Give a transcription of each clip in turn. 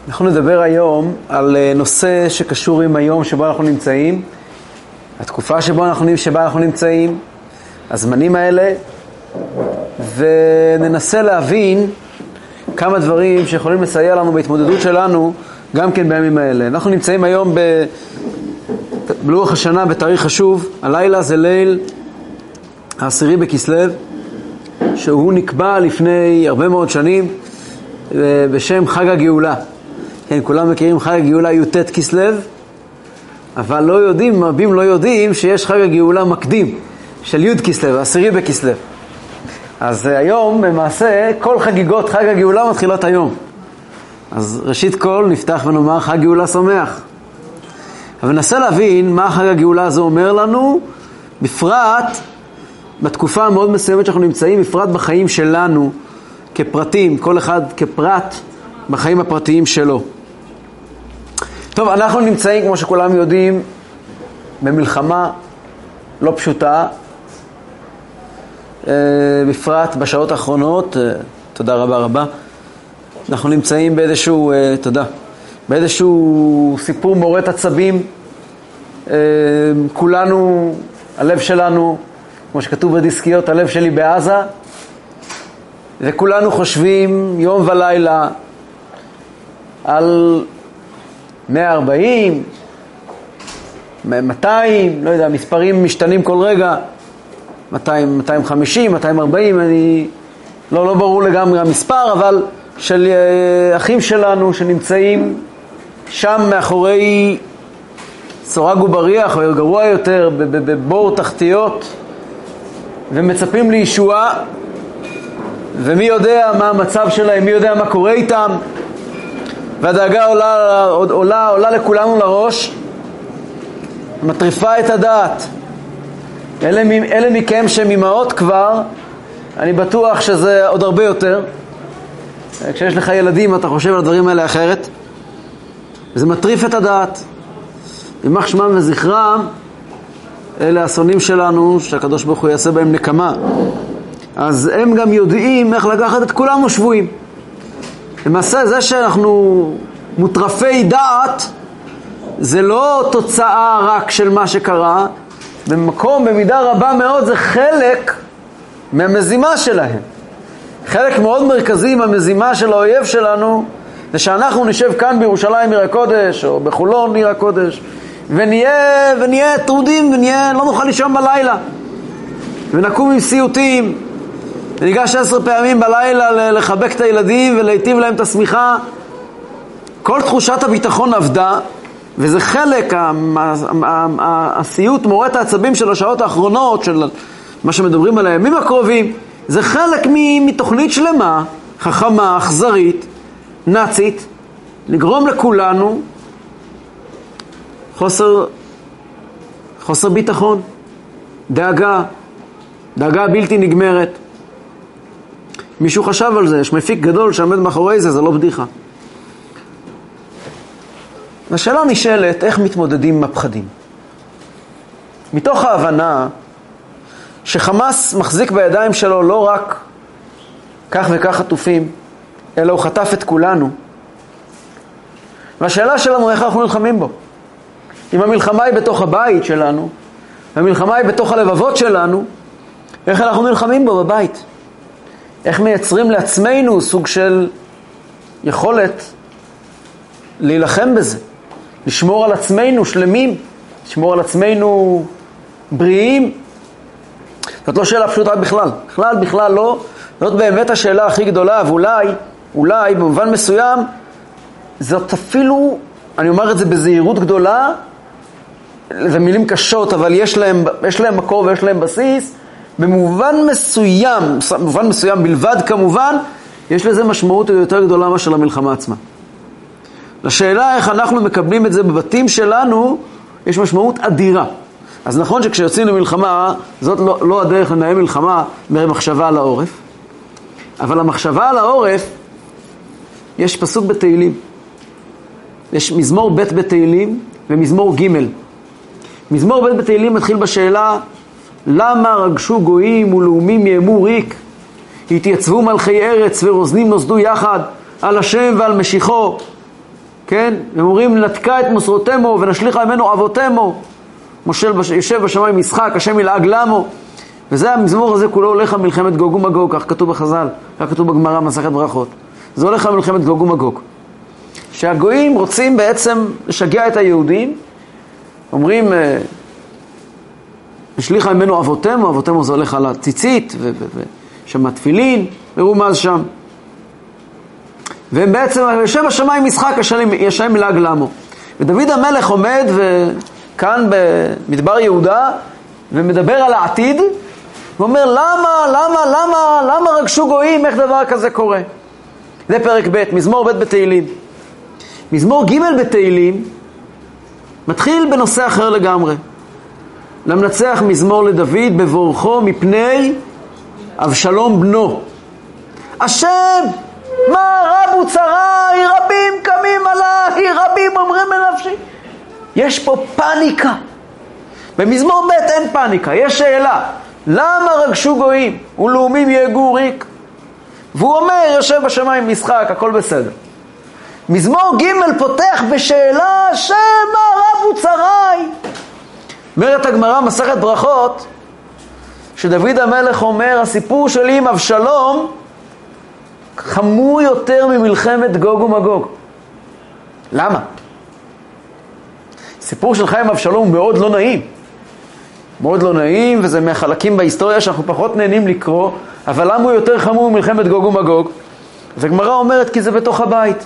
אנחנו נדבר היום על נושא שקשור עם היום שבו אנחנו נמצאים, התקופה שבה אנחנו נמצאים, הזמנים האלה, וננסה להבין כמה דברים שיכולים לסייע לנו בהתמודדות שלנו גם כן בימים האלה. אנחנו נמצאים היום בלוח השנה בתאריך חשוב, הלילה זה ליל העשירי בכסלו, שהוא נקבע לפני הרבה מאוד שנים בשם חג הגאולה. כן, כולם מכירים חג הגאולה י"ט כסלו, אבל רבים לא יודעים שיש חג הגאולה מקדים של י' כסלו, העשירי בכסלו. אז היום למעשה כל חגיגות חג הגאולה מתחילות היום. אז ראשית כל נפתח ונאמר חג גאולה שמח. אבל ננסה להבין מה חג הגאולה הזה אומר לנו, בפרט בתקופה המאוד מסוימת שאנחנו נמצאים, בפרט בחיים שלנו כפרטים, כל אחד כפרט בחיים הפרטיים שלו. טוב, אנחנו נמצאים, כמו שכולם יודעים, במלחמה לא פשוטה, בפרט בשעות האחרונות. תודה רבה. אנחנו נמצאים באיזשהו סיפור מורט עצבים. כולנו, הלב שלנו, כמו שכתוב בדיסקיות, הלב שלי בעזה, וכולנו חושבים יום ולילה על 140, 200, לא יודע, מספרים משתנים כל רגע, 200, 250, 240, לא ברור לגמרי המספר, אבל של אחים שלנו שנמצאים שם מאחורי סורג ובריח, או גרוע יותר, בבור תחתיות, ומצפים לישועה, ומי יודע מה המצב שלהם, מי יודע מה קורה איתם, והדאגה עולה לכולנו לראש, מטריפה את הדעת. אלה מכם שהם אמהות כבר, אני בטוח שזה עוד הרבה יותר. כשיש לך ילדים אתה חושב על הדברים האלה אחרת, וזה מטריף את הדעת. יימח שמם וזכרם, אלה האסונים שלנו שהקדוש ברוך הוא יעשה בהם נקמה. אז הם גם יודעים איך לקחת את כולנו שבויים. למעשה זה שאנחנו מוטרפי דעת, זה לא תוצאה רק של מה שקרה, במידה רבה מאוד זה חלק מהמזימה שלהם. חלק מאוד מרכזי מהמזימה של האויב שלנו, זה שאנחנו נשב כאן בירושלים עיר הקודש, או בחולון עיר הקודש, ונהיה טרודים, לא נוכל לישון בלילה, ונקום עם סיוטים, וניגש 10 פעמים בלילה לחבק את הילדים ולהיטיב להם את השמיכה. כל תחושת הביטחון עבדה, וזה חלק, הסיוט מורט העצבים של השעות האחרונות, של מה שמדברים על הימים הקרובים, זה חלק מתוכנית שלמה, חכמה, אכזרית, נאצית, לגרום לכולנו חוסר ביטחון, דאגה בלתי נגמרת. מישהו חשב על זה, יש מפיק גדול שעמד מאחורי זה, זה לא בדיחה. השאלה נשאלת, איך מתמודדים עם הפחדים? מתוך ההבנה שחמאס מחזיק בידיים שלו לא רק כך וכך חטופים, אלא הוא חטף את כולנו. והשאלה שלנו, איך אנחנו נלחמים בו? אם המלחמה היא בתוך הבית שלנו, והמלחמה היא בתוך הלבבות שלנו, איך אנחנו נלחמים בו בבית? איך מייצרים לעצמנו סוג של יכולת להילחם בזה? לשמור על עצמנו שלמים, לשמור על עצמנו בריאים. זאת לא שאלה פשוטה בכלל לא. זאת באמת השאלה הכי גדולה, ואולי במובן מסוים, זאת אפילו, אני אומר את זה בזהירות גדולה, זה מילים קשות, אבל יש להם מקור ויש להם בסיס, במובן מסוים בלבד כמובן, יש לזה משמעות יותר גדולה מה של המלחמה עצמה. לשאלה איך אנחנו מקבלים את זה בבתים שלנו, יש משמעות אדירה. אז נכון שכשיוצאים למלחמה, זאת לא הדרך לנהל מלחמה במחשבה על העורף, אבל המחשבה על העורף, יש פסוק בתהילים. יש מזמור ב' בתהילים ומזמור ג'. מזמור ב' בתהילים מתחיל בשאלה, למה רגשו גויים ולאומים יאמו ריק? התייצבו מלכי ארץ ורוזנים נוסדו יחד על השם ועל משיחו. כן? הם אומרים, נתקה את מסורותמו ונשליכה ממנו אבותמו. משה יושב בשמיים משחק, השם ילעג למו. וזה המזמור הזה כולו הולך על מלחמת גוג ומגוג, כך כתוב בחז"ל, כך כתוב בגמרא מסכת ברכות. זה הולך על מלחמת גוג ומגוג. שהגויים רוצים בעצם לשגע את היהודים, אומרים, נשליכה ממנו אבותמו, אבותמו זה הולך על הציצית, ושם התפילין, מרומז שם. והם בעצם, יושב השמיים משחק, השם ילעג למו. ודוד המלך עומד כאן במדבר יהודה, ומדבר על העתיד, ואומר, למה רגשו גויים, איך דבר כזה קורה? זה פרק ב', מזמור ב' בתהילים. מזמור ג' בתהילים, מתחיל בנושא אחר לגמרי. למנצח מזמור לדוד בבורכו מפני אבשלום בנו. השם, מה רבו צריי, רבים קמים עליי, רבים אומרים בנפשי. יש פה פאניקה. במזמור ב' אין פאניקה, יש שאלה. למה רגשו גויים ולאומים יהגו ריק? והוא אומר, יושב בשמיים משחק, הכל בסדר. מזמור ג' פותח בשאלה, השם, מה רבו צריי? אומרת הגמרא מסכת ברכות, שדוד המלך אומר, הסיפור שלי עם אבשלום חמור יותר ממלחמת גוג ומגוג. למה? הסיפור שלך עם אבשלום מאוד לא נעים. מאוד לא נעים, וזה מהחלקים בהיסטוריה שאנחנו פחות נהנים לקרוא, אבל למה הוא יותר חמור ממלחמת גוג ומגוג? אז הגמרא אומרת, כי זה בתוך הבית.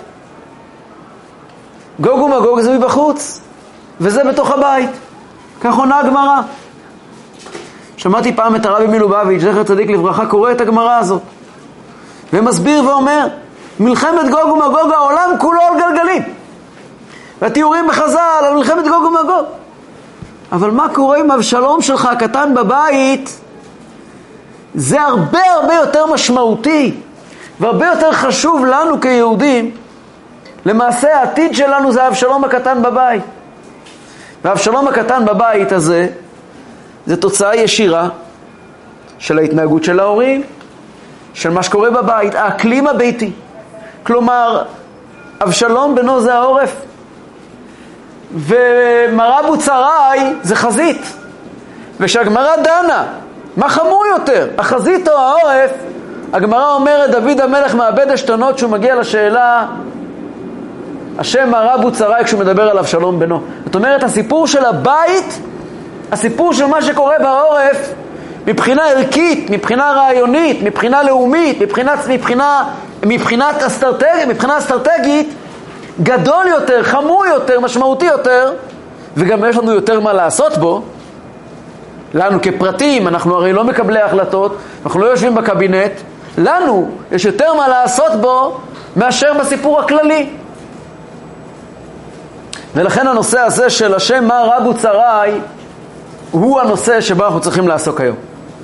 גוג ומגוג זה מבחוץ, וזה בתוך הבית. כך עונה הגמרא. שמעתי פעם את הרבי מלובביץ', זכר צדיק לברכה, קורא את הגמרא הזאת. ומסביר ואומר, מלחמת גוג ומגוג, העולם כולו על גלגלים. והתיאורים בחז"ל על מלחמת גוג ומגוג. אבל מה קורה עם אבשלום שלך הקטן בבית? זה הרבה יותר משמעותי, והרבה יותר חשוב לנו כיהודים. למעשה העתיד שלנו זה אבשלום הקטן בבית. ואבשלום הקטן בבית הזה, זה תוצאה ישירה של ההתנהגות של ההורים, של מה שקורה בבית, האקלים הביתי. כלומר, אבשלום בנו זה העורף, ומר רבו צריי זה חזית. ושהגמרא דנה, מה חמור יותר, החזית או העורף? הגמרא אומרת, דוד המלך מאבד עשתונות שהוא מגיע לשאלה, השם מר רבו צריי, כשהוא מדבר על אבשלום בנו. זאת אומרת, הסיפור של הבית, הסיפור של מה שקורה בעורף, מבחינה ערכית, מבחינה רעיונית, מבחינה לאומית, מבחינת אסטרטגית, גדול יותר, חמור יותר, משמעותי יותר, וגם יש לנו יותר מה לעשות בו. לנו כפרטים, אנחנו הרי לא מקבלי החלטות, אנחנו לא יושבים בקבינט, לנו יש יותר מה לעשות בו מאשר בסיפור הכללי. ולכן הנושא הזה של השם מה רבו צריי הוא הנושא שבו אנחנו צריכים לעסוק היום.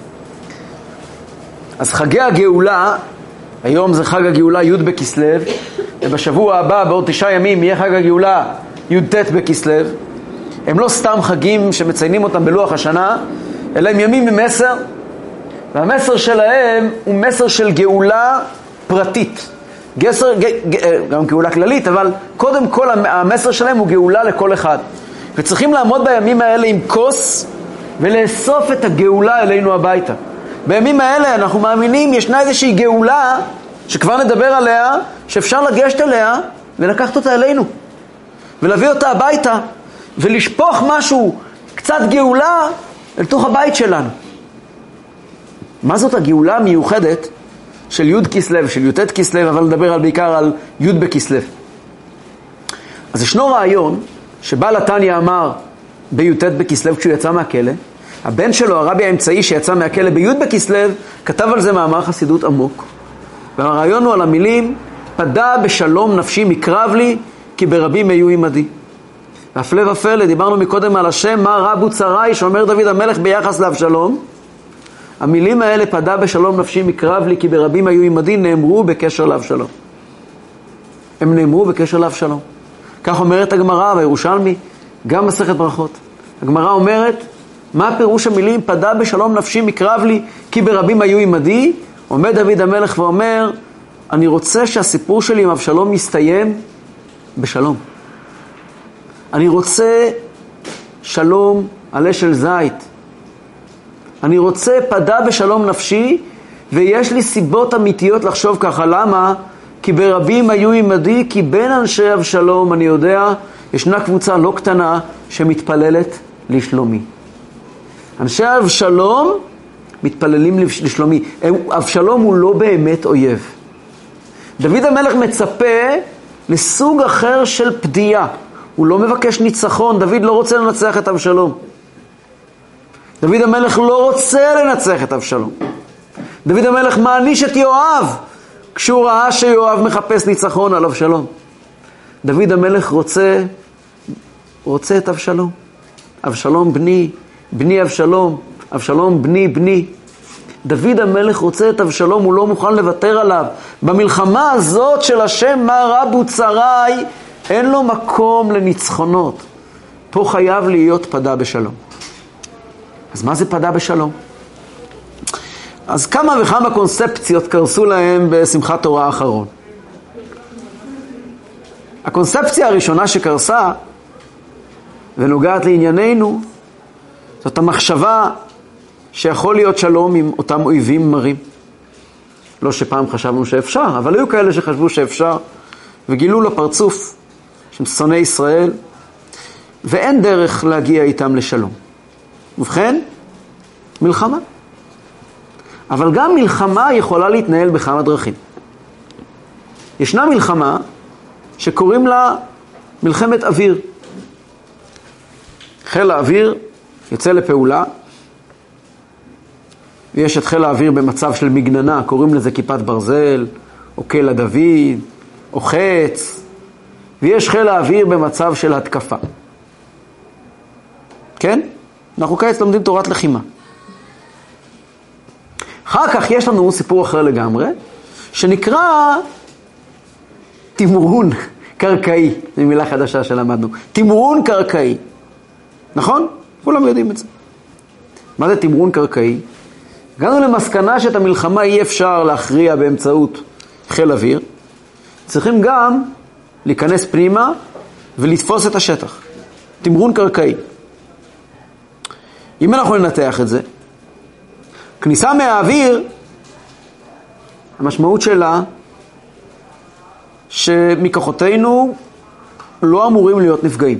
אז חגי הגאולה, היום זה חג הגאולה י' בכסלו, ובשבוע הבא בעוד 9 ימים יהיה חג הגאולה י' בכסלו. הם לא סתם חגים שמציינים אותם בלוח השנה, אלא הם ימים עם מסר, והמסר שלהם הוא מסר של גאולה פרטית. גם גאולה כללית, אבל קודם כל המסר שלהם הוא גאולה לכל אחד. וצריכים לעמוד בימים האלה עם כוס ולאסוף את הגאולה אלינו הביתה. בימים האלה אנחנו מאמינים ישנה איזושהי גאולה שכבר נדבר עליה, שאפשר לגשת אליה ולקחת אותה אלינו ולהביא אותה הביתה ולשפוך משהו, קצת גאולה אל תוך הבית שלנו. מה זאת הגאולה המיוחדת של י' כסלו, של י' כסלו, אבל נדבר בעיקר על י' בכסלו. אז ישנו רעיון שבעל התניא אמר בי' בכסלו כשהוא יצא מהכלא, הבן שלו, הרבי האמצעי שיצא מהכלא בי' בכסלו, כתב על זה מאמר חסידות עמוק. והרעיון הוא על המילים, פדה בשלום נפשי מקרב לי, כי ברבים היו עמדי. והפלא ופלא, דיברנו מקודם על השם, מה רבו צריי, שאומר דוד המלך ביחס לאבשלום. המילים האלה, פדה בשלום נפשי מקרב לי, כי ברבים היו עמדי, נאמרו בקשר לאבשלום. הם נאמרו בקשר לאבשלום. כך אומרת הגמרא בירושלמי, גם מסכת ברכות. הגמרא אומרת, מה פירוש המילים, פדה בשלום נפשי מקרב לי, כי ברבים היו עמדי? עומד דוד המלך ואומר, אני רוצה שהסיפור שלי עם אבשלום יסתיים בשלום. אני רוצה שלום עלה של זית. אני רוצה פדה בשלום נפשי, ויש לי סיבות אמיתיות לחשוב ככה. למה? כי ברבים היו עמדי, כי בין אנשי אבשלום, אני יודע, ישנה קבוצה לא קטנה שמתפללת לשלומי. אנשי אבשלום מתפללים לשלומי. אבשלום הוא לא באמת אויב. דוד המלך מצפה לסוג אחר של פדיעה. הוא לא מבקש ניצחון. דוד לא רוצה לנצח את אבשלום. דוד המלך לא רוצה לנצח את אבשלום. דוד המלך מעניש את יואב כשהוא ראה שיואב מחפש ניצחון על אבשלום. דוד המלך רוצה את אבשלום. אבשלום בני, בני אבשלום, אבשלום בני בני. דוד המלך רוצה את אבשלום, הוא לא מוכן לוותר עליו. במלחמה הזאת של השם מה רבו צריי, אין לו מקום לניצחונות. פה חייב להיות פדה בשלום. אז מה זה פדה בשלום? אז כמה וכמה קונספציות קרסו להם בשמחת תורה האחרון. הקונספציה הראשונה שקרסה ונוגעת לענייננו, זאת המחשבה שיכול להיות שלום עם אותם אויבים מרים. לא שפעם חשבנו שאפשר, אבל היו כאלה שחשבו שאפשר, וגילו לפרצוף שהם שונאי ישראל, ואין דרך להגיע איתם לשלום. ובכן, מלחמה. אבל גם מלחמה יכולה להתנהל בכמה דרכים. ישנה מלחמה שקוראים לה מלחמת אוויר. חיל האוויר יוצא לפעולה, ויש את חיל האוויר במצב של מגננה, קוראים לזה כיפת ברזל, או קלע דוד, או חץ, ויש חיל האוויר במצב של התקפה. כן? אנחנו כעת לומדים תורת לחימה. אחר כך יש לנו סיפור אחר לגמרי, שנקרא תמרון קרקעי. זו מילה חדשה שלמדנו. תמרון קרקעי. נכון? כולם יודעים את זה. מה זה תמרון קרקעי? הגענו למסקנה שאת המלחמה אי אפשר להכריע באמצעות חיל אוויר. צריכים גם להיכנס פנימה ולתפוס את השטח. תמרון קרקעי. אם אנחנו ננתח את זה, כניסה מהאוויר, המשמעות שלה שמכוחותינו לא אמורים להיות נפגעים.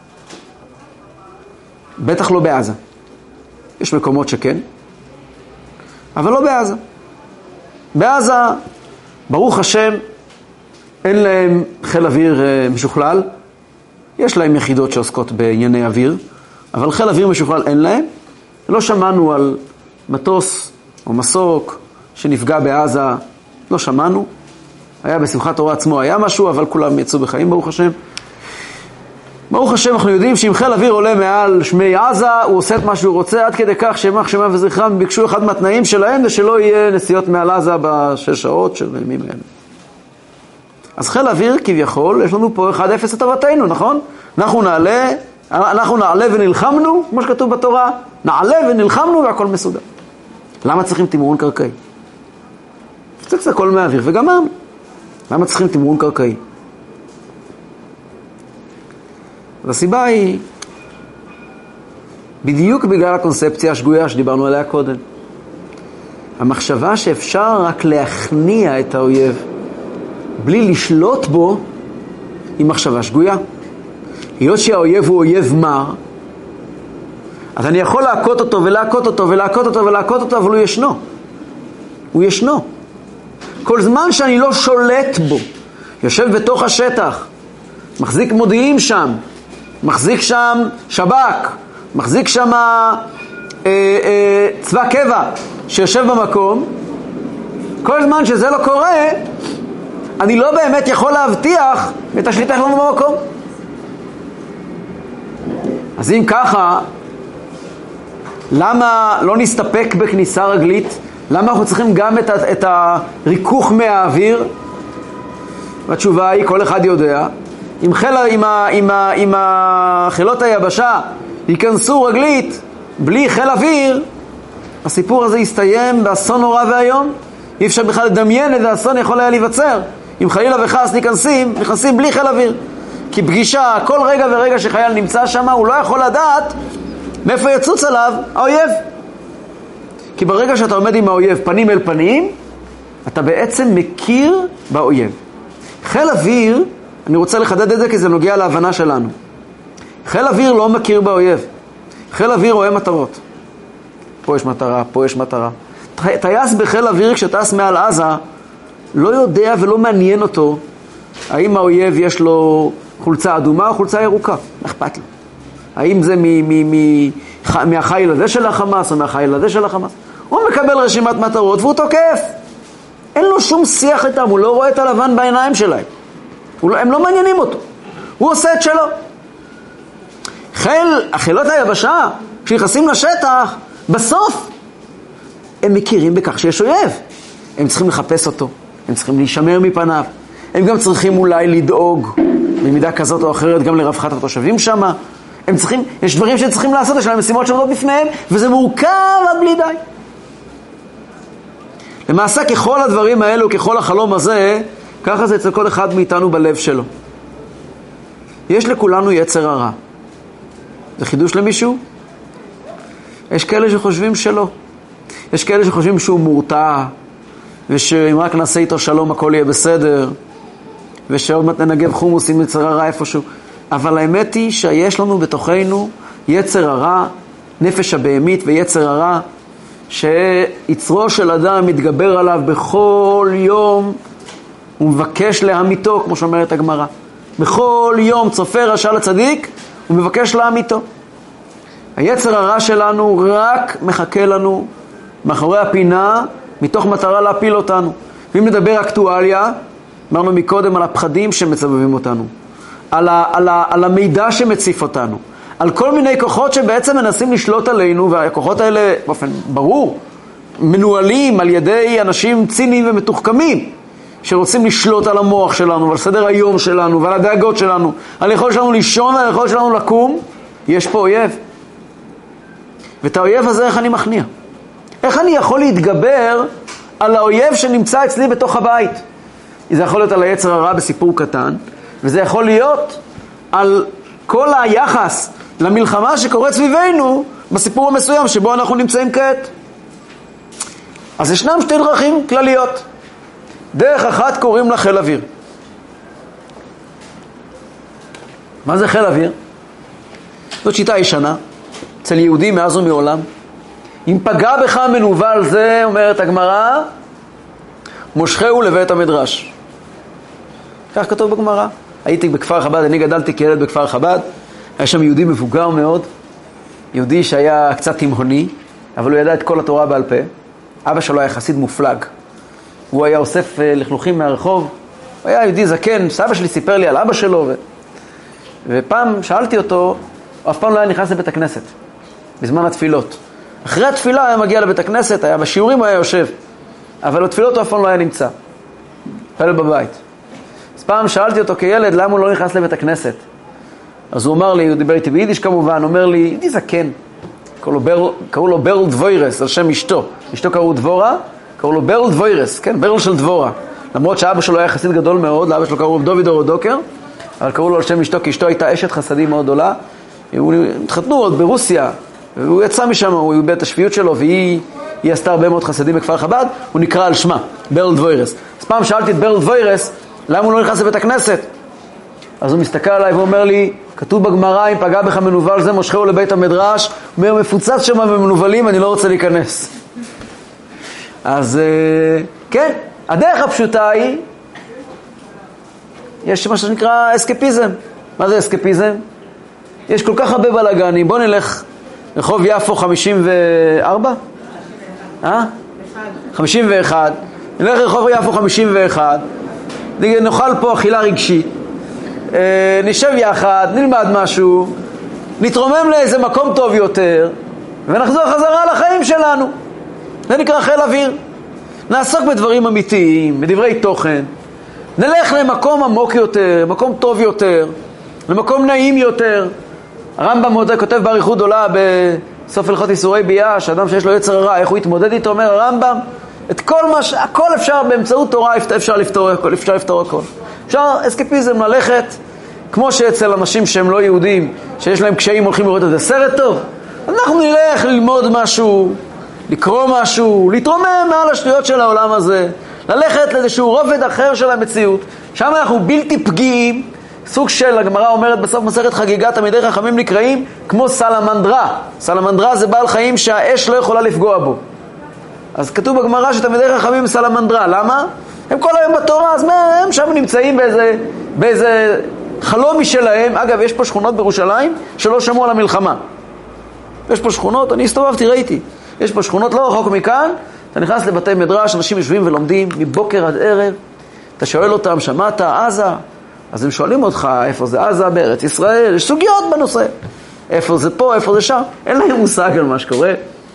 בטח לא בעזה. יש מקומות שכן, אבל לא בעזה. בעזה, ברוך השם, אין להם חיל אוויר משוכלל. יש להם יחידות שעוסקות בענייני אוויר, אבל חיל אוויר משוכלל אין להם. לא שמענו על מטוס או מסוק שנפגע בעזה, לא שמענו. היה בשמחת תורה עצמו, היה משהו, אבל כולם יצאו בחיים, ברוך השם. ברוך השם, אנחנו יודעים שאם חיל אוויר עולה מעל שמי עזה, הוא עושה את מה שהוא רוצה, עד כדי כך שמח שמם וזכרם ביקשו אחד מהתנאים שלהם, זה שלא יהיה נסיעות מעל עזה בשש שעות של הימים האלה. אז חיל אוויר כביכול, יש לנו פה 1-0 לטובתנו, נכון? אנחנו נעלה ונלחמנו, כמו שכתוב בתורה, נעלה ונלחמנו והכל מסודר. למה צריכים תמרון קרקעי? צריך הכל מהאוויר וגם עם. למה צריכים תמרון קרקעי? אז הסיבה היא בדיוק בגלל הקונספציה השגויה שדיברנו עליה קודם. המחשבה שאפשר רק להכניע את האויב בלי לשלוט בו היא מחשבה שגויה. היות שהאויב הוא אויב מר, אז אני יכול להכות אותו ולהכות אותו ולהכות אותו ולהכות אותו, אבל הוא ישנו. הוא ישנו. כל זמן שאני לא שולט בו, יושב בתוך השטח, מחזיק מודיעין שם, מחזיק שם שב"כ, מחזיק שם צבא קבע שיושב במקום, כל זמן שזה לא קורה, אני לא באמת יכול להבטיח את השליטה שלנו במקום. אז אם ככה, למה לא נסתפק בכניסה רגלית? למה אנחנו צריכים גם את הריכוך מהאוויר? והתשובה היא, כל אחד יודע, אם החילות היבשה ייכנסו רגלית בלי חיל אוויר, הסיפור הזה יסתיים באסון נורא והיום. אי אפשר בכלל לדמיין איזה אסון יכול היה להיווצר אם חלילה וחס נכנסים בלי חיל אוויר. כי פגישה, כל רגע ורגע שחייל נמצא שם, הוא לא יכול לדעת מאיפה יצוץ עליו האויב. כי ברגע שאתה עומד עם האויב פנים אל פנים, אתה בעצם מכיר באויב. חיל אוויר, אני רוצה לחדד את זה כי זה נוגע להבנה שלנו. חיל אוויר לא מכיר באויב. חיל אוויר רואה מטרות. פה יש מטרה, פה יש מטרה. טייס בחיל אוויר כשטס מעל עזה, לא יודע ולא מעניין אותו האם האויב יש לו חולצה אדומה או חולצה ירוקה. אכפת לו. האם זה מהחיל הזה של החמאס או מהחיל הזה של החמאס. הוא מקבל רשימת מטרות והוא תוקף. אין לו שום שיח איתם, הוא לא רואה את הלבן בעיניים שלהם. הם לא מעניינים אותו. הוא עושה את שלו. החילות היבשה, כשנכנסים לשטח, בסוף הם מכירים בכך שיש אויב. הם צריכים לחפש אותו, הם צריכים להישמר מפניו. הם גם צריכים אולי לדאוג במידה כזאת או אחרת גם לרווחת התושבים שם. הם צריכים, יש דברים שהם צריכים לעשות, יש להם משימות שעומדות בפניהם, וזה מורכב עד בלי די. למעשה ככל הדברים האלו, ככל החלום הזה, ככה זה אצל כל אחד מאיתנו בלב שלו. יש לכולנו יצר הרע. זה חידוש למישהו? יש כאלה שחושבים שלא. יש כאלה שחושבים שהוא מורתע, ושאם רק נעשה איתו שלום הכל יהיה בסדר, ושעוד מעט ננגב חומוס עם יצר הרע איפשהו. אבל האמת היא שיש לנו בתוכנו יצר הרע, נפש הבהמית ויצר הרע, שיצרו של אדם מתגבר עליו בכל יום, הוא מבקש להמיתו, כמו שאומרת הגמרא. בכל יום צופה רשע לצדיק, הוא מבקש להמיתו. היצר הרע שלנו רק מחכה לנו מאחורי הפינה, מתוך מטרה להפיל אותנו. ואם נדבר אקטואליה, אמרנו מקודם על הפחדים שמצבבים אותנו, על המידע שמציף אותנו, על כל מיני כוחות שבעצם מנסים לשלוט עלינו, והכוחות האלה באופן ברור מנוהלים על ידי אנשים ציניים ומתוחכמים שרוצים לשלוט על המוח שלנו ועל סדר היום שלנו ועל הדאגות שלנו, על היכולת שלנו לישון ועל היכולת שלנו לקום. יש פה אויב, ואת האויב הזה איך אני מכניע? איך אני יכול להתגבר על האויב שנמצא אצלי בתוך הבית? זה יכול להיות על היצר הרע בסיפור קטן, וזה יכול להיות על כל היחס למלחמה שקורית סביבנו בסיפור המסוים שבו אנחנו נמצאים כעת. אז ישנם שתי דרכים כלליות. דרך אחת קוראים לה חיל אוויר. מה זה חיל אוויר? זאת שיטה ישנה אצל יהודים מאז ומעולם. אם פגע בך מנוול זה, אומרת הגמרא, מושכהו לבית המדרש. כך כתוב בגמרא. הייתי בכפר חב"ד, אני גדלתי כילד בכפר חב"ד, היה שם יהודי מבוגר מאוד, יהודי שהיה קצת תימהוני, אבל הוא ידע את כל התורה בעל פה. אבא שלו היה חסיד מופלג, הוא היה אוסף לכלוכים מהרחוב, הוא היה יהודי זקן, סבא שלי סיפר לי על אבא שלו, ופעם שאלתי אותו, הוא אף פעם לא היה נכנס לבית הכנסת, בזמן התפילות. אחרי התפילה היה מגיע לבית הכנסת, היה בשיעורים הוא היה יושב, אבל בתפילות הוא אף פעם לא היה נמצא, פלל בבית. אז פעם שאלתי אותו כילד, למה הוא לא נכנס לבית הכנסת? אז הוא אמר לי, הוא דיבר איתי ביידיש כמובן, הוא אומר לי, יהודי זקן, קראו לו ברל דבוירס, על שם אשתו. אשתו קראו דבורה, קראו לו ברל דבוירס, כן, ברל של דבורה. למרות שאבא שלו היה חסיד גדול מאוד, לאבא שלו קראו דוד אורודוקר, אבל קראו לו על שם אשתו, כי אשתו הייתה אשת חסדים מאוד גדולה. הם התחתנו עוד ברוסיה, והוא יצא משם, הוא איבד את השפיות שלו, והיא עשתה הרבה מאוד חסדים בכפר חב"ד, הוא נקרא על שמה, ברל דבוירס. אז פעם שאלתי את ברל דבוירס, למה הוא לא נכנס לבית הכנסת? אז הוא מסתכל עליי ואומר לי, כתוב בגמרא, אם פגע בך מנוול זה מושכהו לבית המדרש, הוא אומר, מפוצץ שם במנוולים, אני לא רוצה להיכנס. אז כן, הדרך הפשוטה היא, יש מה שנקרא אסקפיזם. מה זה אסקפיזם? יש כל כך הרבה בלגנים, בוא נלך רחוב יפו 54? 51. נלך רחוב יפו 51, נאכל פה אכילה רגשית, נשב יחד, נלמד משהו, נתרומם לאיזה מקום טוב יותר, ונחזור חזרה לחיים שלנו. זה נקרא חיל אוויר. נעסוק בדברים אמיתיים, בדברי תוכן, נלך למקום עמוק יותר, מקום טוב יותר, למקום נעים יותר. הרמב"ם כותב באריכות גדולה בסוף הלכות איסורי ביאה, שאדם שיש לו יצר הרע, איך הוא יתמודד איתו, אומר הרמב"ם, את כל הכל אפשר באמצעות תורה, אפשר לפתור הכל. אפשר אסקפיזם, ללכת כמו שאצל אנשים שהם לא יהודים, שיש להם קשיים, הולכים לראות את זה סרט טוב, אנחנו נלך ללמוד משהו, לקרוא משהו, להתרומם מעל השטויות של העולם הזה, ללכת לאיזשהו רובד אחר של המציאות, שם אנחנו בלתי פגיעים, סוג של, הגמרא אומרת בסוף מסכת חגיגה, תלמידי חכמים נקראים כמו סלמנדרה. סלמנדרה זה בעל חיים שהאש לא יכולה לפגוע בו. אז כתוב בגמרא שתלמידי חכמים הם סלמנדרה. למה? הם כל היום בתורה, אז הם שם נמצאים באיזה חלום משלהם. אגב, יש פה שכונות בירושלים שלא שמעו על המלחמה. יש פה שכונות, אני הסתובבתי, ראיתי. יש פה שכונות לא רחוק מכאן, אתה נכנס לבתי מדרש, אנשים יושבים ולומדים מבוקר עד ערב. אתה שואל אותם, שמעת עזה? אז הם שואלים אותך, איפה זה עזה בארץ ישראל? יש סוגיות בנושא. איפה זה פה, איפה זה שם? אין להם מושג על מה שקורה.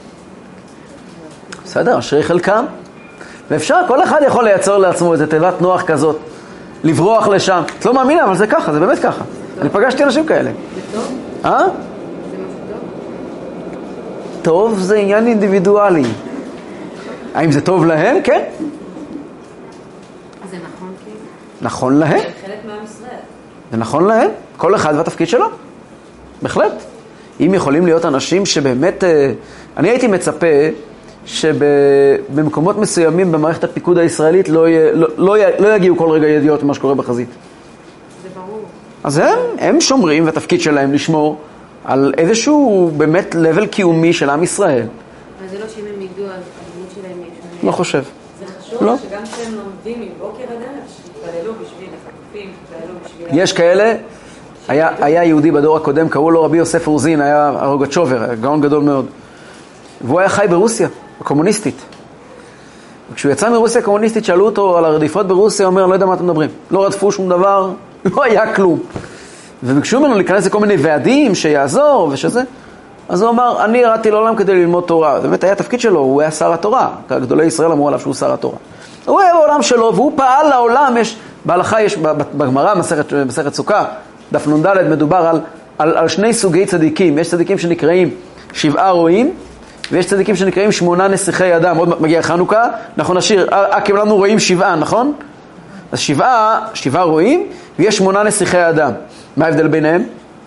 בסדר, אשרי חלקם. ואפשר, כל אחד יכול לייצר לעצמו איזו תיבת נוח כזאת, לברוח לשם. את לא מאמינה, אבל זה ככה, זה באמת ככה. אני פגשתי אנשים כאלה. זה טוב? אה? זה משהו טוב? טוב זה עניין אינדיבידואלי. האם זה טוב להם? כן. זה נכון כאילו? נכון להם. זה חלק מעם ישראל. זה נכון להם. כל אחד והתפקיד שלו. בהחלט. אם יכולים להיות אנשים שבאמת... אני הייתי מצפה שבמקומות מסוימים במערכת הפיקוד הישראלית לא יגיעו כל רגע ידיעות ממה שקורה בחזית. זה ברור. אז הם שומרים, והתפקיד שלהם לשמור על איזשהו באמת level קיומי של עם ישראל. אבל זה לא שאם הם ידעו על הדמות שלהם יש... לא חושב. זה חשוב לא. שגם כשהם לומדים מבוקר עד ערב, שיתפללו בשביל החטופים, שיתפללו בשביל... יש כאלה, היה יהודי בדור הקודם, קראו לו רבי יוסף אורזין, היה הרוגצ'ובר, גאון גדול מאוד. והוא היה חי ברוסיה, הקומוניסטית. וכשהוא יצא מרוסיה הקומוניסטית, שאלו אותו על הרדיפות ברוסיה, הוא אומר, לא יודע מה אתם מדברים. לא רדפו שום דבר, לא היה כלום. וביקשו ממנו להיכנס לכל מיני ועדים שיעזור ושזה. אז הוא אמר, אני ירדתי לעולם כדי ללמוד תורה. באמת היה תפקיד שלו, הוא היה שר התורה. גדולי ישראל אמרו עליו שהוא שר התורה. הוא היה בעולם שלו, והוא פעל לעולם. בהלכה יש, בגמרא, מסכת סוכה, דף נ"ד, מדובר על שני סוגי צדיקים. יש צדיקים שנקראים 7 רועים, ויש צדיקים שנקראים 8 נסיכי אדם. עוד מגיע חנוכה, אנחנו נשאיר, כולנו רואים 7, נכון? אז 7 רועים, ויש 8 נסיכי אדם. מה ההבדל ביניהם?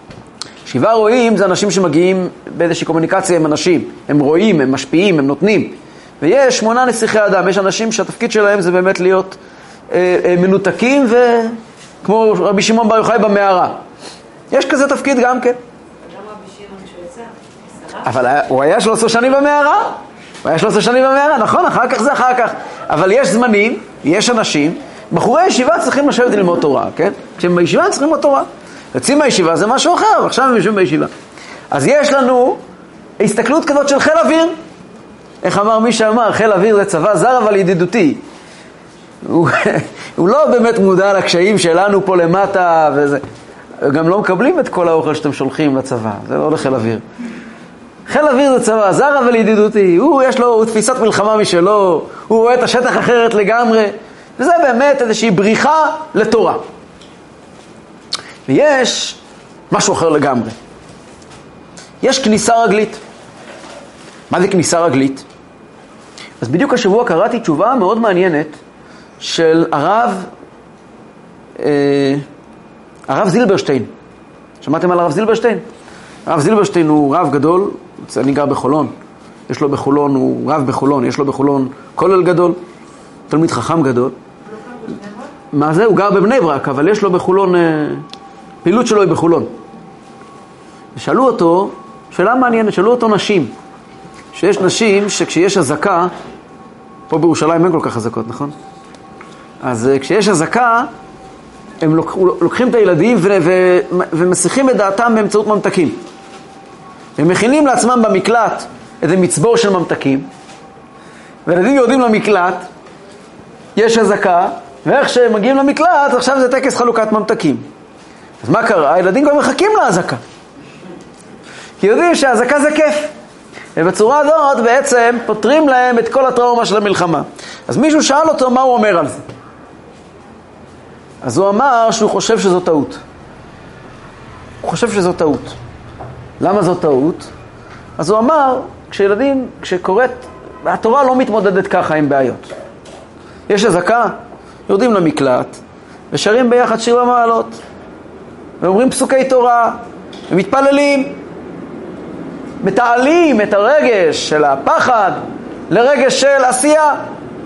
7 רועים זה אנשים שמגיעים באיזושהי קומוניקציה עם אנשים. הם רואים, הם משפיעים, הם נותנים. ויש 8 נסיכי אדם. יש אנשים שהתפקיד שלהם זה באמת להיות מנותקים, וכמו רבי שמעון בר יוחאי במערה. יש כזה תפקיד גם כן. גם רבי שמעון שהוא יצא, אבל הוא היה 13 שנים במערה. הוא היה 13 שנים במערה, נכון? אחר כך זה אחר כך. אבל יש זמנים, יש אנשים, בחורי ישיבה צריכים לשבת ללמוד תורה, כן? כשהם בישיבה צריכים ללמוד תורה. יוצאים מהישיבה זה משהו אחר, ועכשיו הם יושבים בישיבה. אז יש לנו הסתכלות כזאת של חיל אוויר. איך אמר מי שאמר, חיל אוויר זה צבא זר אבל ידידותי. הוא לא באמת מודע לקשיים שלנו פה למטה, וזה. גם לא מקבלים את כל האוכל שאתם שולחים לצבא, זה לא לחיל אוויר. חיל אוויר זה צבא זר אבל ידידותי, יש לו תפיסת מלחמה משלו, הוא רואה את השטח אחרת לגמרי, וזה באמת איזושהי בריחה לתורה. ויש משהו אחר לגמרי. יש כניסה רגלית. מה זה כניסה רגלית? אז בדיוק השבוע קראתי תשובה מאוד מעניינת של הרב זילברשטיין. שמעתם על הרב זילברשטיין? הרב זילברשטיין הוא רב גדול, אני גר בחולון. יש לו בחולון, הוא רב בחולון, יש לו בחולון כולל גדול, תלמיד חכם גדול. מה זה? הוא גר בבני ברק, אבל יש לו בחולון, פעילות שלו היא בחולון. ושאלו אותו, שאלה מעניינת, שאלו אותו נשים. שיש נשים שכשיש הזקה, פה בירושלים אין כל כך הזקות, נכון? אז כשיש הזקה, הם לוקחים את הילדים ומסיחים את דעתם באמצעות ממתקים. הם מכינים לעצמם במקלט איזה מצבור של ממתקים, וילדים יורדים למקלט, יש הזקה, ואיך שהם מגיעים למקלט, עכשיו זה טקס חלוקת ממתקים. אז מה קרה? הילדים כבר מחכים להזקה. כי יודעים שהזקה זה כיף. ובצורה הזאת בעצם פותרים להם את כל הטראומה של המלחמה. אז מישהו שאל אותו מה הוא אומר על זה. אז הוא אמר שהוא חושב שזו טעות. הוא חושב שזו טעות. למה זו טעות? אז הוא אמר, כשקוראת, התורה לא מתמודדת ככה עם בעיות. יש הזקה, יורדים למקלט, ושרים ביחד שיר במעלות. ואומרים פסוקי תורה, ומתפללים, מתעלים את הרגש של הפחד לרגש של עשייה.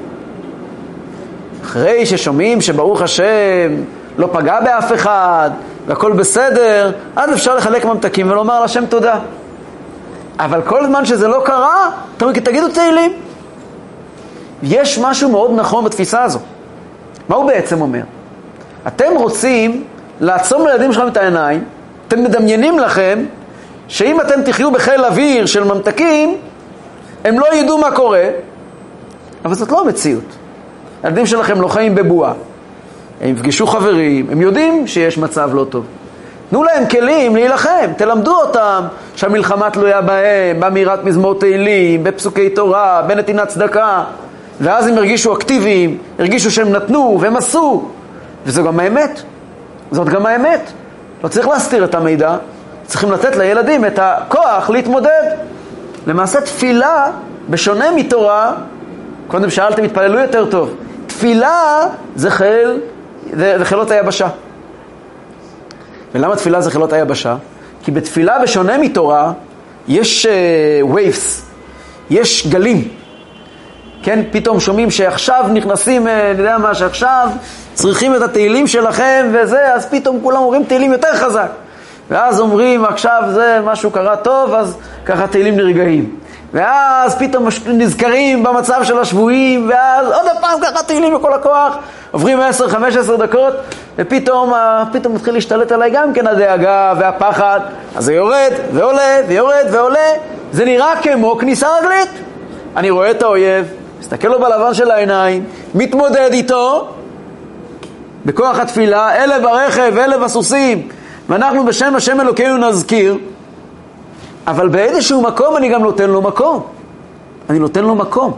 אחרי ששומעים שברוך השם לא פגע באף אחד והכל בסדר, אז אפשר לחלק ממתקים ולומר לשם תודה. אבל כל זמן שזה לא קרה, תגידו תהילים. יש משהו מאוד נכון בתפיסה הזו. מה הוא בעצם אומר? אתם רוצים לעצום לילדים שלכם את העיניים, אתם מדמיינים לכם שאם אתם תחיו בחיל אוויר של ממתקים, הם לא ידעו מה קורה, אבל זאת לא המציאות. הילדים שלכם לא חיים בבועה, הם יפגשו חברים, הם יודעים שיש מצב לא טוב. תנו להם כלים להילחם, תלמדו אותם שהמלחמה תלויה בהם, באמירת מזמור תהילים, בפסוקי תורה, בנתינת צדקה, ואז הם הרגישו אקטיביים, הרגישו שהם נתנו והם עשו, וזו גם האמת. זאת גם האמת. לא צריך להסתיר את המידע, צריכים לתת לילדים את הכוח להתמודד. למעשה תפילה, בשונה מתורה, קודם שאלתם, התפללו יותר טוב. תפילה זה חילות היבשה. ולמה תפילה זה חילות היבשה? כי בתפילה, בשונה מתורה, יש waves, יש גלים. כן, פתאום שומעים שעכשיו נכנסים, אני יודע מה, שעכשיו צריכים את התהילים שלכם וזה, אז פתאום כולם אומרים תהילים יותר חזק. ואז אומרים, עכשיו זה משהו קרה טוב, אז ככה תהילים נרגעים. ואז פתאום נזכרים במצב של השבויים, ואז עוד פעם ככה תהילים בכל הכוח, עוברים 10-15 דקות, ופתאום מתחיל להשתלט עליי גם כן הדאגה והפחד, אז זה יורד ועולה ויורד ועולה, זה נראה כמו כניסה רגלית. אני רואה את האויב, מסתכל לו בלבן של העיניים, מתמודד איתו, בכוח התפילה, אלה ברכב, אלה בסוסים, ואנחנו בשם השם אלוקינו נזכיר, אבל באיזשהו מקום אני גם נותן לו מקום. אני נותן לו מקום.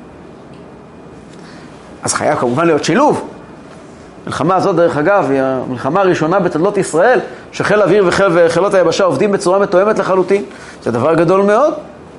אז חייב כמובן להיות שילוב. המלחמה הזאת, דרך אגב, היא המלחמה הראשונה בתולדות ישראל, שחיל אוויר וחילות היבשה עובדים בצורה מתואמת לחלוטין. זה דבר גדול מאוד.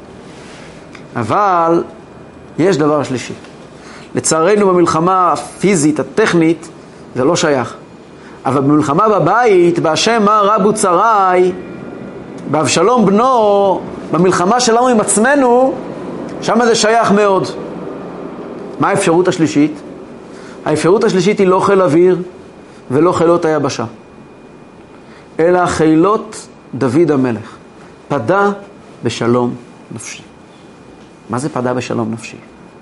אבל יש דבר שלישי. לצערנו במלחמה הפיזית, הטכנית, זה לא שייך. אבל במלחמה בבית, בהשם מה רבו צרי, באבשלום בנו, במלחמה שלנו עם עצמנו, שם זה שייך מאוד. מה האפשרות השלישית? האפשרות השלישית היא לא חיל אוויר ולא חילות היבשה, אלא חילות דוד המלך. פדה בשלום נפשי. מה זה פדה בשלום נפשי?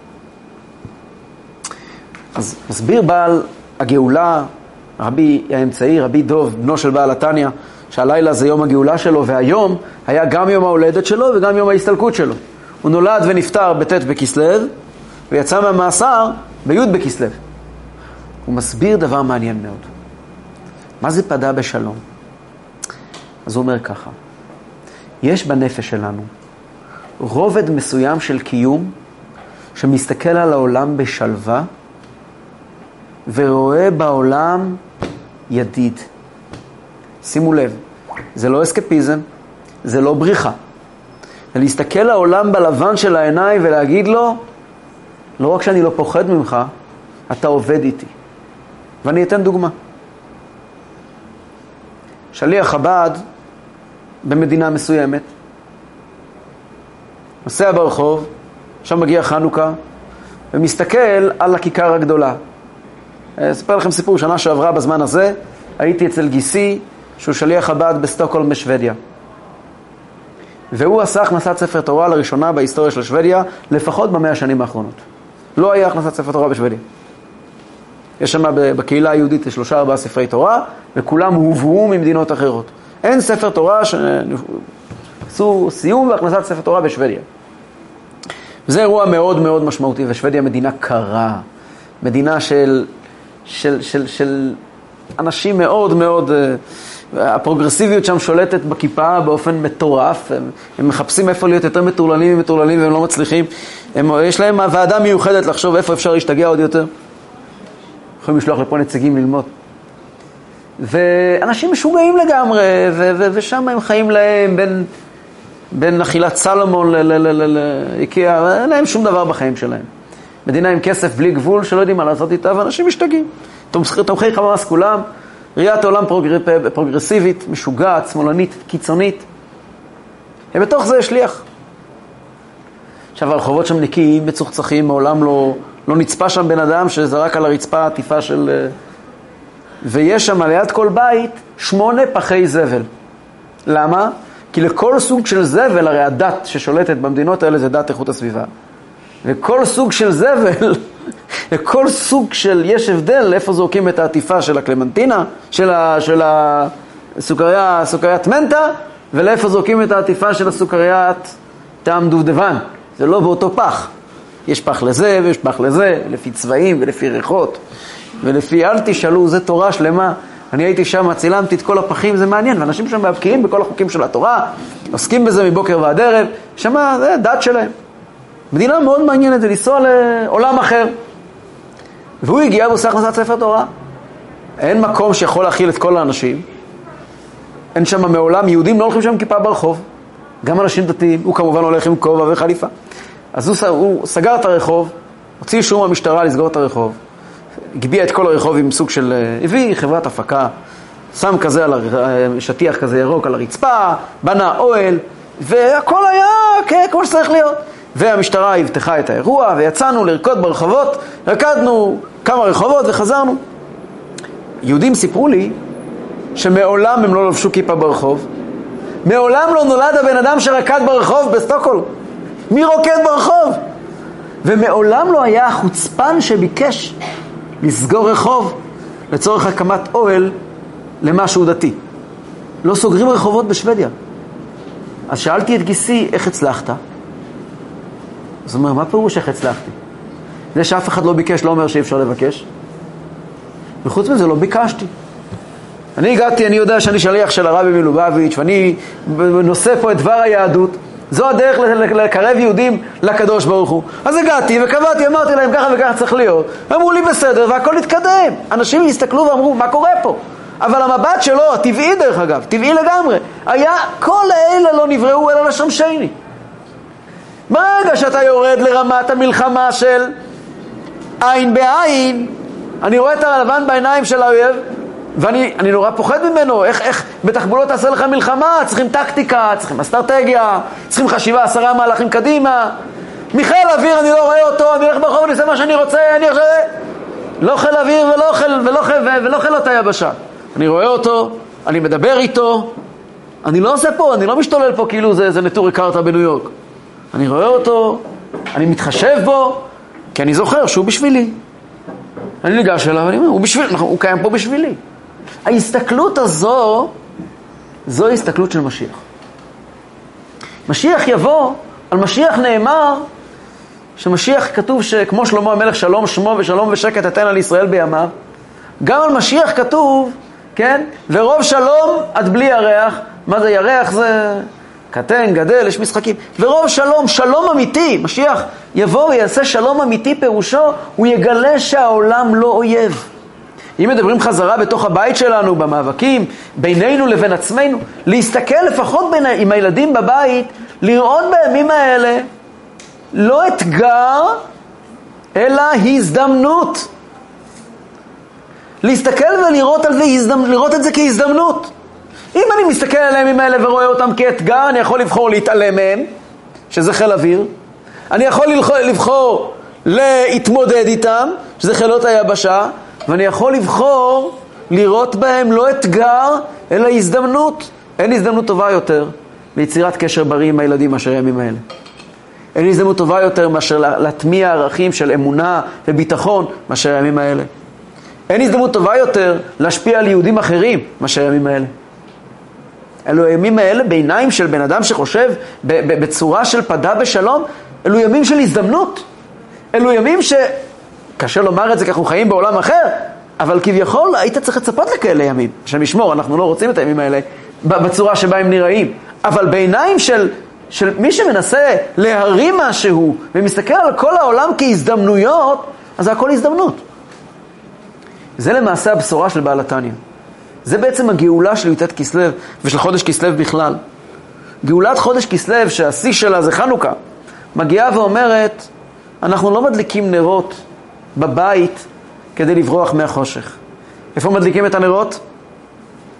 אז מסביר בעל הגאולה, רבי האמצעי, רבי דוב, בנו של בעל התניא, שהלילה זה יום הגאולה שלו, והיום היה גם יום ההולדת שלו וגם יום ההסתלקות שלו. הוא נולד ונפטר בט' בכסלו, ויצא מהמאסר בי' בכסלו. הוא מסביר דבר מעניין מאוד. מה זה פדה בשלום? אז הוא אומר ככה, יש בנפש שלנו רובד מסוים של קיום, שמסתכל על העולם בשלווה, ורואה בעולם ידיד. שימו לב, זה לא אסקפיזם, זה לא בריחה. זה להסתכל לעולם בלבן של העיניים ולהגיד לו, לא רק שאני לא פוחד ממך, אתה עובד איתי. ואני אתן דוגמה. שליח חב"ד במדינה מסוימת, נוסע ברחוב, שם מגיע חנוכה, ומסתכל על הכיכר הגדולה. אספר לכם סיפור, שנה שעברה בזמן הזה, הייתי אצל גיסי, שהוא שליח חב"ד בסטוקהולם בשוודיה. והוא עשה הכנסת ספר תורה לראשונה בהיסטוריה של שוודיה, לפחות ב100 השנים האחרונות. לא היה הכנסת ספר תורה בשוודיה. יש שם בקהילה היהודית 3-4 ספרי תורה, וכולם הובאו ממדינות אחרות. אין ספר תורה שעשו סיום והכנסת ספר תורה בשוודיה. זה אירוע מאוד מאוד משמעותי, ושוודיה מדינה קרה, מדינה של אנשים מאוד מאוד, הפרוגרסיביות שם שולטת בכיפה באופן מטורף, הם מחפשים איפה להיות יותר מטורללים והם לא מצליחים, יש להם ועדה מיוחדת לחשוב איפה אפשר להשתגע עוד יותר, יכולים לשלוח לפה נציגים ללמוד, ואנשים משוגעים לגמרי, ושם הם חיים להם בין אכילת סלומון לאיקאה, אין להם שום דבר בחיים שלהם. מדינה עם כסף בלי גבול שלא יודעים מה לעשות איתה, ואנשים משתגעים. תומכי חמאס כולם, ראיית עולם פרוגרסיבית, משוגעת, שמאלנית, קיצונית. ובתוך זה יש שליח. עכשיו, הרחובות שם נקיים, מצוחצחים, מעולם לא נצפה שם בן אדם שזרק על הרצפה עטיפה של... ויש שם ליד כל בית 8 פחי זבל. למה? כי לכל סוג של זבל, הרי הדת ששולטת במדינות האלה זה דת איכות הסביבה. וכל סוג של זבל, לכל סוג של, יש הבדל איפה זורקים את העטיפה של הקלמנטינה, של הסוכריית מנטה, ולאיפה זורקים את העטיפה של הסוכריית טעם דובדבן. זה לא באותו פח. יש פח לזה ויש פח לזה, לפי צבעים ולפי ריחות, ולפי אל תשאלו, זה תורה שלמה. אני הייתי שם, צילמתי את כל הפחים, זה מעניין, ואנשים שם מבקיעים בכל החוקים של התורה, עוסקים בזה מבוקר ועד ערב, שמה, זה דת שלהם. מדינה מאוד מעניינת, זה לנסוע לעולם אחר. והוא הגיע ועושה הכנסת ספר תורה. אין מקום שיכול להכיל את כל האנשים. אין שם מעולם, יהודים לא הולכים שם כיפה ברחוב. גם אנשים דתיים, הוא כמובן הולך עם כובע וחליפה. אז הוא סגר את הרחוב, הוציא אישור מהמשטרה לסגור את הרחוב. הגביע את כל הרחוב עם סוג של... הביא חברת הפקה, שם כזה על שטיח כזה ירוק על הרצפה, בנה אוהל, והכל היה כמו שצריך להיות. והמשטרה הבטחה את האירוע, ויצאנו לרקוד ברחובות, רקדנו כמה רחובות וחזרנו. יהודים סיפרו לי שמעולם הם לא לבשו כיפה ברחוב, מעולם לא נולד הבן אדם שרקד ברחוב בסטוקהולם. מי רוקד ברחוב? ומעולם לא היה החוצפן שביקש לסגור רחוב לצורך הקמת אוהל למשהו דתי. לא סוגרים רחובות בשוודיה. אז שאלתי את גיסי, איך הצלחת? אז הוא אומר, מה פירוש איך הצלחתי? זה שאף אחד לא ביקש לא אומר שאי אפשר לבקש. וחוץ מזה לא ביקשתי. אני הגעתי, אני יודע שאני שליח של הרבי מלובביץ' ואני נושא פה את דבר היהדות. זו הדרך לקרב יהודים לקדוש ברוך הוא. אז הגעתי וקבעתי, אמרתי להם ככה וככה צריך להיות. אמרו לי בסדר והכל התקדם. אנשים הסתכלו ואמרו, מה קורה פה? אבל המבט שלו, הטבעי דרך אגב, טבעי לגמרי, היה כל האלה לא נבראו אלא לשם שני. ברגע שאתה יורד לרמת המלחמה של עין בעין, אני רואה את הלבן בעיניים של האויב, ואני נורא פוחד ממנו. איך בתחבולות תעשה לך מלחמה? צריכים טקטיקה, צריכים אסטרטגיה, צריכים חשיבה 10 מהלכים קדימה. מיכאל אוויר, אני לא רואה אותו, אני הולך ברחוב ואני עושה מה שאני רוצה, אני עכשיו... לא חיל אוויר ולא חילות היבשה. אני רואה אותו, אני מדבר איתו, אני לא עושה פה, אני לא משתולל פה כאילו זה נטורי קרתא בניו יורק. אני רואה אותו, אני מתחשב בו, כי אני זוכר שהוא בשבילי. אני ניגש אליו, אני אומר, הוא קיים פה בשבילי. ההסתכלות הזו, זו הסתכלות של משיח. משיח יבוא, על משיח נאמר, שמשיח כתוב שכמו שלמה המלך שלום שמו ושלום ושקט אתן על ישראל בימיו, גם על משיח כתוב, כן? ורוב שלום עד בלי ירח. מה זה ירח? זה קטן, גדל, יש משחקים. ורוב שלום, שלום אמיתי. משיח יבוא ויעשה שלום אמיתי, פירושו, הוא יגלה שהעולם לא אויב. אם מדברים חזרה בתוך הבית שלנו, במאבקים, בינינו לבין עצמנו, להסתכל לפחות עם הילדים בבית, לראות בימים האלה, לא אתגר, אלא הזדמנות. להסתכל ולראות על זה, לראות את זה כהזדמנות. אם אני מסתכל עליהם עם האלה ורואה אותם כאתגר, אני יכול לבחור להתעלם מהם, שזה חיל אוויר. אני יכול לבחור להתמודד איתם, שזה חילות היבשה. ואני יכול לבחור לראות בהם לא אתגר, אלא הזדמנות. אין הזדמנות טובה יותר ביצירת קשר בריא עם הילדים מאשר הימים האלה. אין הזדמנות טובה יותר מאשר להטמיע ערכים של אמונה וביטחון מאשר הימים האלה. אין הזדמנות טובה יותר להשפיע על יהודים אחרים מאשר הימים האלה. אלו הימים האלה בעיניים של בן אדם שחושב בצורה של פדה בשלום, אלו ימים של הזדמנות. אלו ימים קשה לומר את זה כי אנחנו חיים בעולם אחר, אבל כביכול היית צריך לצפות לכאלה ימים. שמשמור, אנחנו לא רוצים את הימים האלה בצורה שבה הם נראים. אבל בעיניים של מי שמנסה להרים משהו ומסתכל על כל העולם כהזדמנויות, אז זה הכל הזדמנות. זה למעשה הבשורה של בעל התניא. זה בעצם הגאולה של י"ט כסלו ושל חודש כסלו בכלל. גאולת חודש כסלו שהשיא שלה זה חנוכה, מגיעה ואומרת, אנחנו לא מדליקים נרות בבית כדי לברוח מהחושך. איפה מדליקים את הנרות?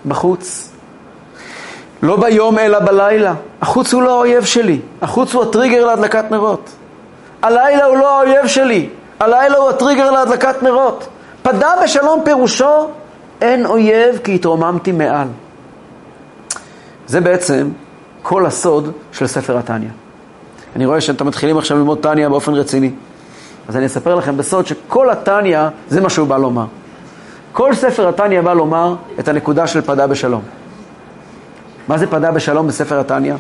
בחוץ. לא ביום אלא בלילה. החוץ הוא לא האויב שלי. החוץ הוא הטריגר להדלקת נרות. הלילה הוא לא האויב שלי. הלילה הוא הטריגר להדלקת נרות. פדה בשלום פירושו, אין אויב כי התרוממתי מעל. זה בעצם כל הסוד של ספר התניא. אני רואה שאתם מתחילים עכשיו ללמוד תניא באופן רציני. אז אני אספר לכם בסוד שכל התניא זה מה שהוא בא לומר. כל ספר התניא בא לומר את הנקודה של פדה בשלום. מה זה פדה בשלום בספר התניא?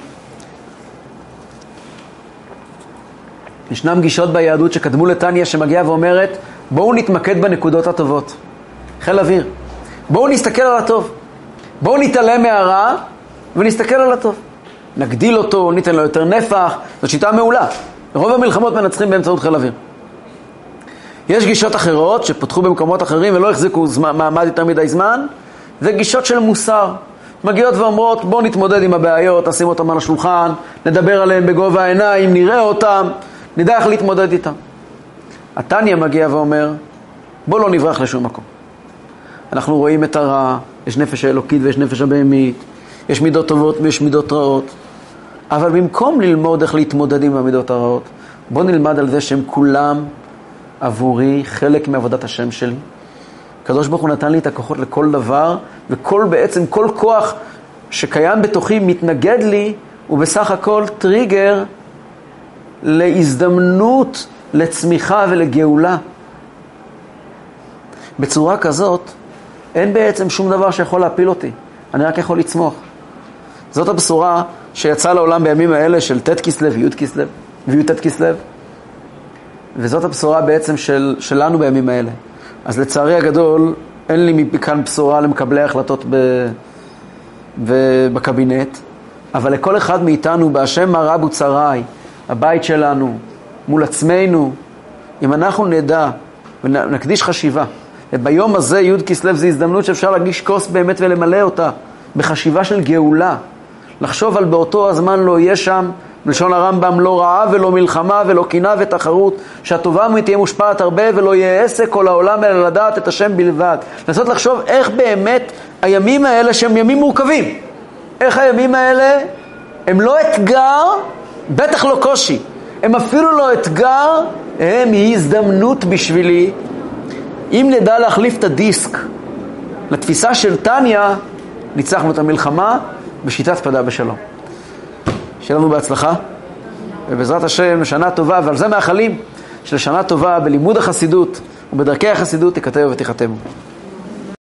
ישנם גישות ביהדות שקדמו לתניא שמגיעה ואומרת, בואו נתמקד בנקודות הטובות. חיל אוויר. בואו נסתכל על הטוב. בואו נתעלם מהרע ונסתכל על הטוב. נגדיל אותו, ניתן לו יותר נפח. זו שיטה מעולה. רוב המלחמות מנצחים באמצעות חיל אוויר. יש גישות אחרות שפותחו במקומות אחרים ולא החזיקו מעמד יותר מדי זמן. זה גישות של מוסר. מגיעות ואומרות, בואו נתמודד עם הבעיות, נשים אותם על השולחן, נדבר עליהם בגובה העיניים, נראה אותם, נדע איך להתמודד איתם. התניא מגיע ואומר, בואו לא נברח לשום מקום. אנחנו רואים את הרע, יש נפש האלוקית ויש נפש הבהמית, יש מידות טובות ויש מידות רעות. אבל במקום ללמוד איך להתמודד עם המידות הרעות, בואו נלמד על זה שהם כולם עבורי חלק מעבודת השם שלי. הקדוש ברוך הוא נתן לי את הכוחות לכל דבר, בעצם כל כוח שקיים בתוכי מתנגד לי, הוא בסך הכל טריגר להזדמנות, לצמיחה ולגאולה. בצורה כזאת, אין בעצם שום דבר שיכול להפיל אותי. אני רק יכול לצמוח. זאת הבשורה שיצאה לעולם בימים האלה של ת' כסלו וי' ת' כסלו. וזאת הבשורה בעצם שלנו בימים האלה. אז לצערי הגדול, אין לי מכאן בשורה למקבלי ההחלטות בקבינט, אבל לכל אחד מאיתנו, בהשם מראה בוצריי, הבית שלנו, מול עצמנו, אם אנחנו נדע ונקדיש חשיבה, וביום הזה י' כסלו זה הזדמנות שאפשר להגיש כוס באמת ולמלא אותה, בחשיבה של גאולה, לחשוב על באותו הזמן לא יהיה שם, בלשון הרמב"ם, לא רעה ולא מלחמה ולא קינה ותחרות, שהטובה תהיה מושפעת הרבה ולא יהיה עסק כל העולם אלא לדעת את השם בלבד. לנסות לחשוב איך באמת הימים האלה שהם ימים מורכבים, איך הימים האלה הם לא אתגר, בטח לא קושי, הם אפילו לא אתגר, הם הזדמנות בשבילי. אם נדע להחליף את הדיסק לתפיסה של תניא, ניצחנו את המלחמה בשיטת פדה בשלום. שיהיה לנו בהצלחה, ובעזרת השם שנה טובה, ועל זה מאחלים של שנה טובה בלימוד החסידות ובדרכי החסידות תכתב ותחתמו.